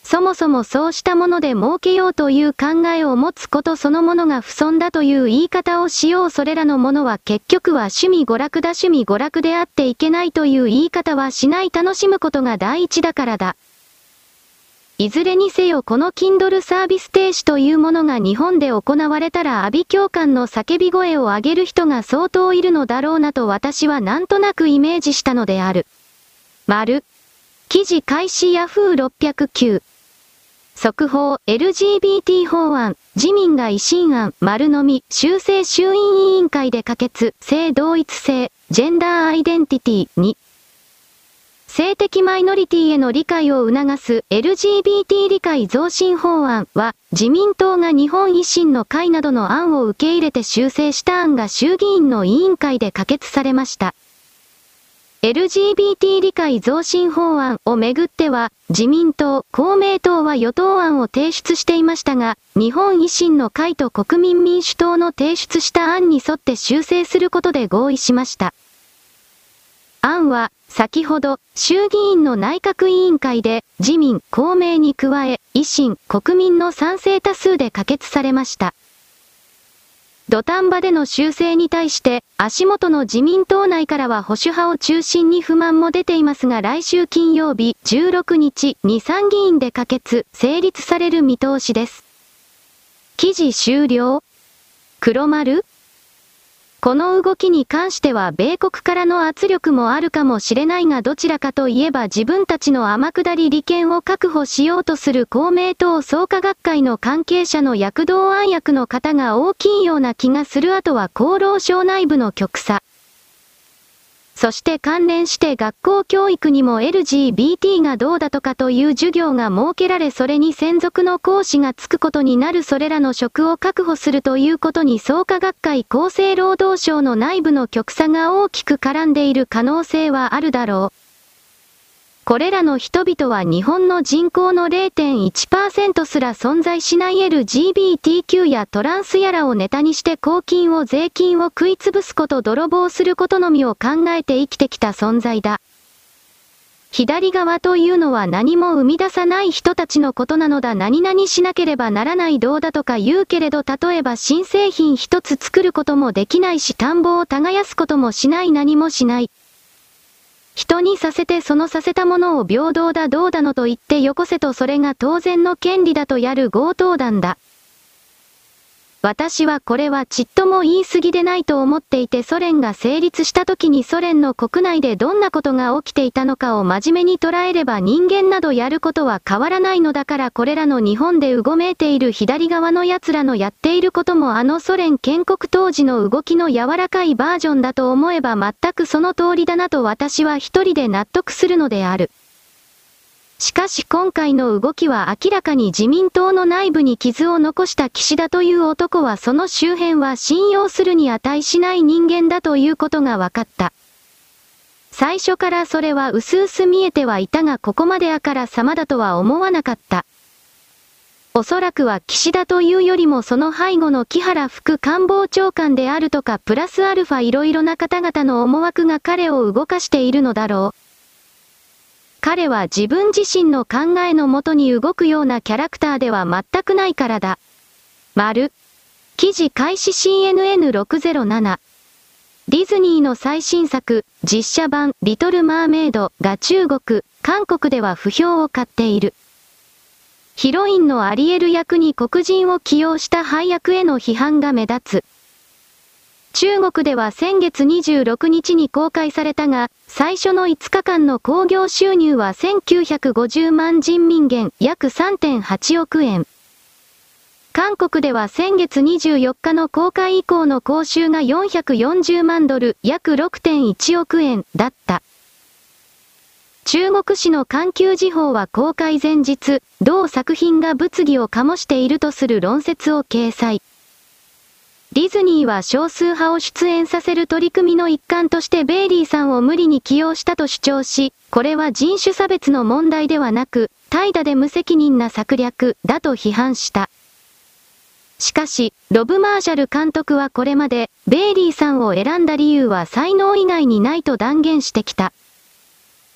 そもそもそうしたもので儲けようという考えを持つことそのものが不損だという言い方をしよう。それらのものは結局は趣味娯楽だ。趣味娯楽であっていけないという言い方はしない。楽しむことが第一だからだ。いずれにせよこの Kindle サービス停止というものが日本で行われたら阿鼻叫喚の叫び声を上げる人が相当いるのだろうなと私はなんとなくイメージしたのである。丸。記事開始ヤフーろっぴゃくきゅう。速報 エルジービーティー 法案、自民が維新案、丸のみ、修正衆院委員会で可決、性同一性、ジェンダーアイデンティティに。性的マイノリティへの理解を促す エルジービーティー 理解増進法案は、自民党が日本維新の会などの案を受け入れて修正した案が衆議院の委員会で可決されました。エルジービーティー 理解増進法案をめぐっては、自民党、公明党は与党案を提出していましたが、日本維新の会と国民民主党の提出した案に沿って修正することで合意しました。案は、先ほど、衆議院の内閣委員会で、自民、公明に加え、維新、国民の賛成多数で可決されました。土壇場での修正に対して、足元の自民党内からは保守派を中心に不満も出ていますが来週金曜日じゅうろくにちに参議院で可決、成立される見通しです。記事終了。黒丸？この動きに関しては米国からの圧力もあるかもしれないがどちらかといえば自分たちの天下り利権を確保しようとする公明党創価学会の関係者の躍動暗躍の方が大きいような気がする。あとは厚労省内部の極左。そして関連して学校教育にも エルジービーティー がどうだとかという授業が設けられそれに専属の講師がつくことになる。それらの職を確保するということに創価学会厚生労働省の内部の極左が大きく絡んでいる可能性はあるだろう。これらの人々は日本の人口の れいてんいちパーセント すら存在しない エルジービーティーキュー やトランスやらをネタにして公金を税金を食いつぶすこと泥棒することのみを考えて生きてきた存在だ。左側というのは何も生み出さない人たちのことなのだ。何々しなければならないどうだとか言うけれど例えば新製品一つ作ることもできないし田んぼを耕すこともしない何もしない。人にさせてそのさせたものを平等だどうだのと言ってよこせとそれが当然の権利だとやる強盗団だ。私はこれはちっとも言い過ぎでないと思っていてソ連が成立した時にソ連の国内でどんなことが起きていたのかを真面目に捉えれば人間などやることは変わらないのだからこれらの日本でうごめいている左側の奴らのやっていることもあのソ連建国当時の動きの柔らかいバージョンだと思えば全くその通りだなと私は一人で納得するのである。しかし今回の動きは明らかに自民党の内部に傷を残した岸田という男はその周辺は信用するに値しない人間だということが分かった。最初からそれは薄々見えてはいたがここまであからさまだとは思わなかった。おそらくは岸田というよりもその背後の木原副官房長官であるとかプラスアルファいろいろな方々の思惑が彼を動かしているのだろう。彼は自分自身の考えのもとに動くようなキャラクターでは全くないからだ。丸。記事開始 シーエヌエヌろくぜろなな。ディズニーの最新作、実写版、リトル・マーメイドが中国、韓国では不評を買っている。ヒロインのアリエル役に黒人を起用した配役への批判が目立つ。中国では先月にじゅうろくにちに公開されたが、最初のいつかかんの興行収入はせんきゅうひゃくごじゅうまん人民元、約 さんてんはちおくえん。韓国では先月にじゅうよっかの公開以降の興収がよんひゃくよんじゅうまんドル、約 ろくてんいちおくえんだった。中国紙の環球時報は公開前日、同作品が物議を醸しているとする論説を掲載。ディズニーは少数派を出演させる取り組みの一環としてベイリーさんを無理に起用したと主張し、これは人種差別の問題ではなく、怠惰で無責任な策略だと批判した。しかし、ロブ・マーシャル監督はこれまで、ベイリーさんを選んだ理由は才能以外にないと断言してきた。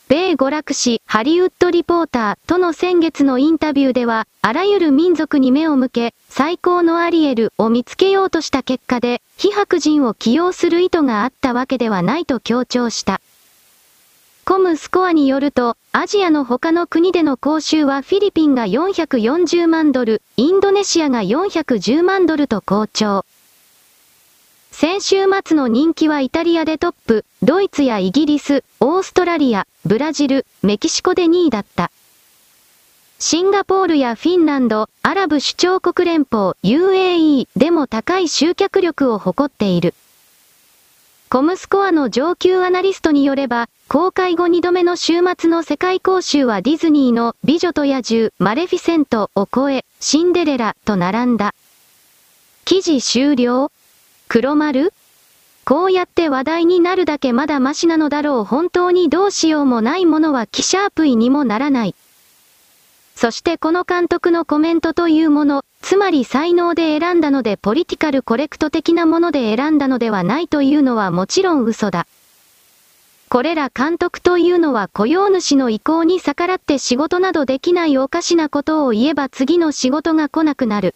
米娯楽誌ハリウッドリポーターとの先月のインタビューでは、あらゆる民族に目を向け、最高のアリエルを見つけようとした結果で、非白人を起用する意図があったわけではないと強調した。コムスコアによると、アジアの他の国での講習はフィリピンがよんひゃくよんじゅうまんドル、インドネシアがよんひゃくじゅうまんドルと好調。先週末の人気はイタリアでトップ、ドイツやイギリス、オーストラリア、ブラジル、メキシコでにいだった。シンガポールやフィンランド、アラブ首長国連邦 ユーエーイー でも高い集客力を誇っている。コムスコアの上級アナリストによれば、公開後にどめの週末の世界講習はディズニーの美女と野獣、マレフィセントを超え、シンデレラと並んだ。記事終了？黒丸？こうやって話題になるだけまだマシなのだろう。本当にどうしようもないものはキシャープイにもならない。そしてこの監督のコメントというもの、つまり才能で選んだのでポリティカルコレクト的なもので選んだのではないというのはもちろん嘘だ。これら監督というのは雇用主の意向に逆らって仕事などできないおかしなことを言えば次の仕事が来なくなる。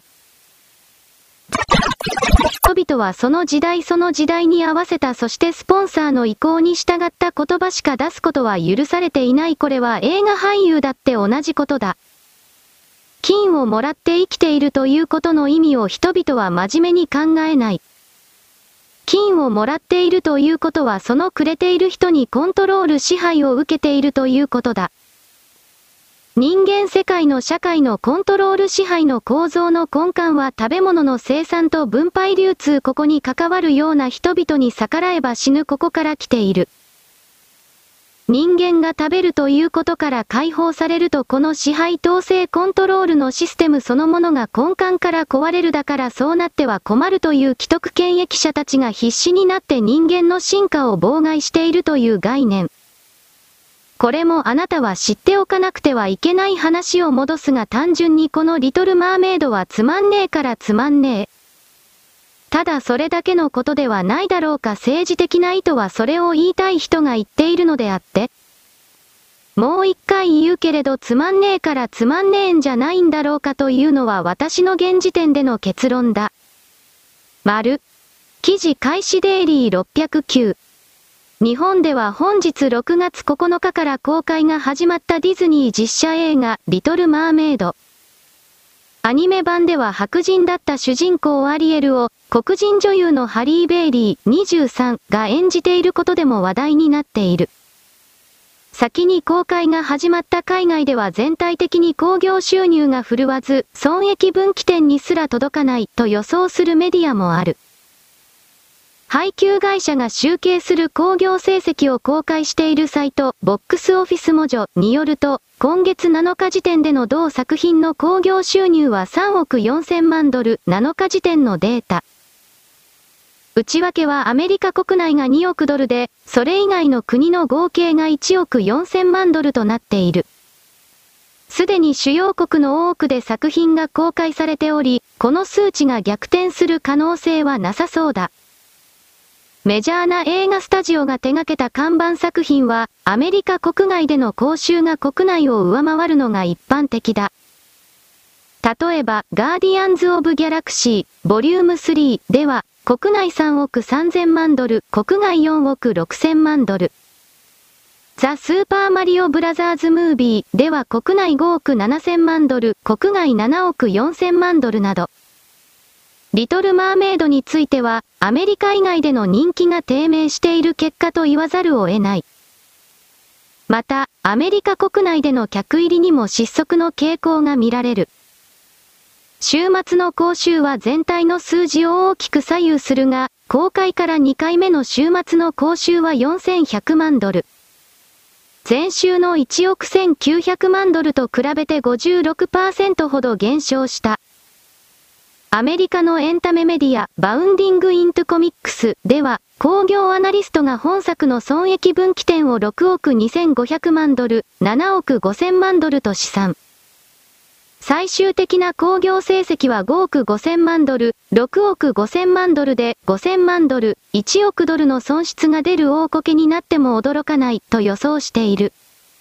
人々はその時代その時代に合わせたそしてスポンサーの意向に従った言葉しか出すことは許されていない。これは映画俳優だって同じことだ。金をもらって生きているということの意味を人々は真面目に考えない。金をもらっているということはそのくれている人にコントロール支配を受けているということだ。人間世界の社会のコントロール支配の構造の根幹は食べ物の生産と分配流通ここに関わるような人々に逆らえば死ぬここから来ている。人間が食べるということから解放されるとこの支配統制コントロールのシステムそのものが根幹から壊れる。だからそうなっては困るという既得権益者たちが必死になって人間の進化を妨害しているという概念。これもあなたは知っておかなくてはいけない話を戻すが単純にこのリトルマーメイドはつまんねえからつまんねえ。ただそれだけのことではないだろうか。政治的な意図はそれを言いたい人が言っているのであって。もう一回言うけれどつまんねえからつまんねえんじゃないんだろうかというのは私の現時点での結論だ。丸。記事開始デイリーろっぴゃくきゅう。日本では本日ろくがつここのかから公開が始まったディズニー実写映画リトル・マーメイド。アニメ版では白人だった主人公アリエルを黒人女優のハリー・ベイリーにじゅうさんが演じていることでも話題になっている。先に公開が始まった海外では全体的に興行収入が振るわず損益分岐点にすら届かないと予想するメディアもある。配給会社が集計する興行成績を公開しているサイト、ボックスオフィスモジョによると、今月なのか時点での同作品の興行収入はさんおくよんせんまんドル、なのか時点のデータ。内訳はアメリカ国内がにおくドルで、それ以外の国の合計がいちおくよんせんまんドルとなっている。すでに主要国の多くで作品が公開されており、この数値が逆転する可能性はなさそうだ。メジャーな映画スタジオが手掛けた看板作品は、アメリカ国外での興収が国内を上回るのが一般的だ。例えば、ガーディアンズ・オブ・ギャラクシー、ボリュームスリーでは、国内さんおくさんぜんまんドル、国外よんおくろくせんまんドル。ザ・スーパーマリオブラザーズ・ムービーでは国内ごおくななせんまんドル、国外ななおくよんせんまんドルなど。リトル・マーメイドについては、アメリカ以外での人気が低迷している結果と言わざるを得ない。また、アメリカ国内での客入りにも失速の傾向が見られる。週末の興収は全体の数字を大きく左右するが、公開からにかいめの週末の興収はよんせんひゃくまんドル。前週のいちおくせんきゅうひゃくまんドルと比べて ごじゅうろくパーセント ほど減少した。アメリカのエンタメメディア、バウンディング・イントゥ・コミックスでは、興行アナリストが本作の損益分岐点をろくおくにせんごひゃくまんドル、ななおくごせんまんドルと試算。最終的な興行成績はごおくごせんまんドル、ろくおくごせんまんドルでごせんまんドル、いちおくドルの損失が出る大こけになっても驚かないと予想している。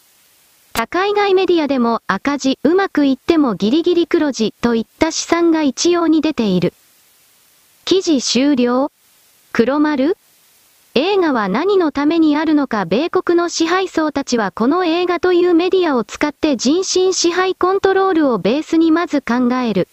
他海外メディアでも赤字、うまくいってもギリギリ黒字といった試算が一様に出ている。記事終了。黒丸？映画は何のためにあるのか。米国の支配層たちはこの映画というメディアを使って人身支配コントロールをベースにまず考える。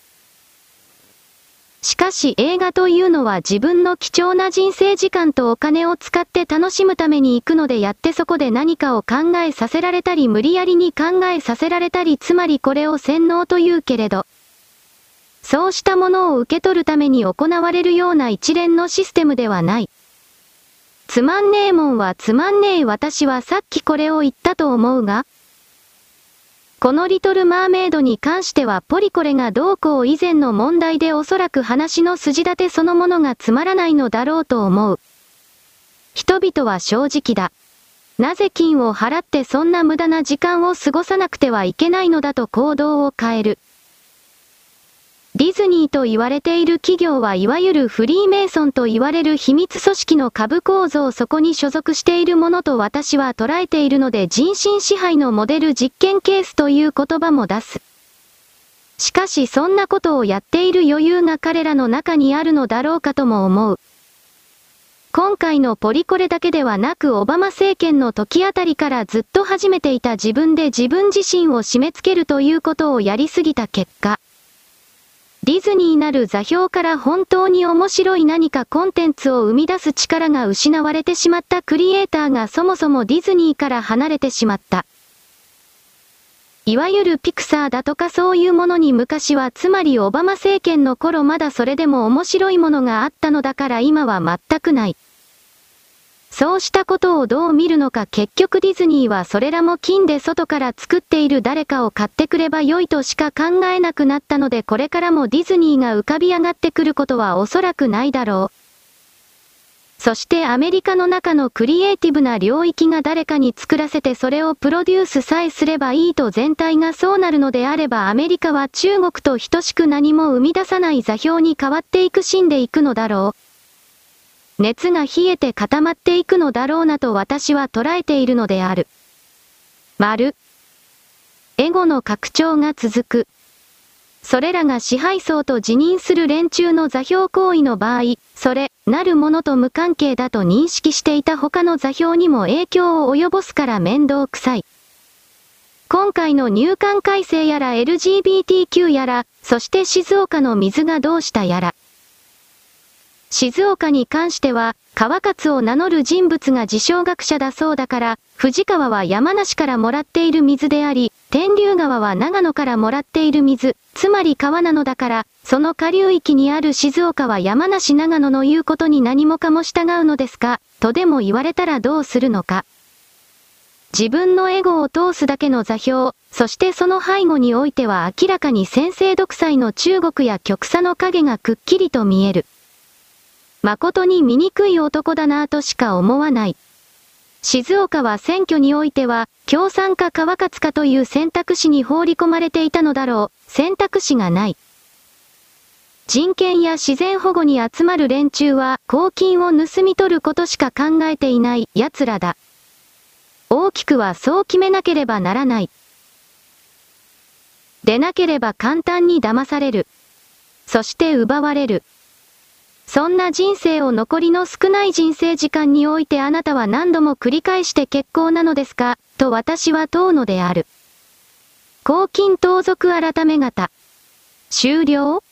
しかし映画というのは自分の貴重な人生時間とお金を使って楽しむために行くので、やってそこで何かを考えさせられたり無理やりに考えさせられたり、つまりこれを洗脳というけれど、そうしたものを受け取るために行われるような一連のシステムではない。つまんねえもんはつまんねえ。私はさっきこれを言ったと思うが、このリトルマーメイドに関してはポリコレがどうこう以前の問題でおそらく話の筋立てそのものがつまらないのだろうと思う。人々は正直だ。なぜ金を払ってそんな無駄な時間を過ごさなくてはいけないのだと行動を変える。ディズニーと言われている企業はいわゆるフリーメイソンと言われる秘密組織の下部構造、そこに所属しているものと私は捉えているので、人身支配のモデル実験ケースという言葉も出す。しかしそんなことをやっている余裕が彼らの中にあるのだろうかとも思う。今回のポリコレだけではなくオバマ政権の時あたりからずっと始めていた自分で自分自身を締め付けるということをやりすぎた結果、ディズニーなる座標から本当に面白い何かコンテンツを生み出す力が失われてしまったクリエイターがそもそもディズニーから離れてしまった。いわゆるピクサーだとかそういうものに昔は、つまりオバマ政権の頃まだそれでも面白いものがあったのだから今は全くない。そうしたことをどう見るのか。結局ディズニーはそれらも金で外から作っている誰かを買ってくれば良いとしか考えなくなったので、これからもディズニーが浮かび上がってくることはおそらくないだろう。そしてアメリカの中のクリエイティブな領域が誰かに作らせてそれをプロデュースさえすればいいと全体がそうなるのであれば、アメリカは中国と等しく何も生み出さない座標に変わっていく死んでいくのだろう。熱が冷えて固まっていくのだろうなと私は捉えているのである。丸。エゴの拡張が続く。それらが支配層と自認する連中の座標行為の場合、それ、なるものと無関係だと認識していた他の座標にも影響を及ぼすから面倒くさい。今回の入管改正やら エルジービーティーキュー やら、そして静岡の水がどうしたやら。静岡に関しては、川勝を名乗る人物が自称学者だそうだから、藤川は山梨からもらっている水であり、天竜川は長野からもらっている水、つまり川なのだから、その下流域にある静岡は山梨長野の言うことに何もかも従うのですか、とでも言われたらどうするのか。自分のエゴを通すだけの座標、そしてその背後においては明らかに専制独裁の中国や極左の影がくっきりと見える。誠に醜い男だなぁとしか思わない。静岡は選挙においては、共産か川勝かという選択肢に放り込まれていたのだろう。選択肢がない。人権や自然保護に集まる連中は、公金を盗み取ることしか考えていない奴らだ。大きくはそう決めなければならない。でなければ簡単に騙される。そして奪われる。そんな人生を残りの少ない人生時間においてあなたは何度も繰り返して結構なのですか、と私は問うのである。公金盗賊改め方。終了？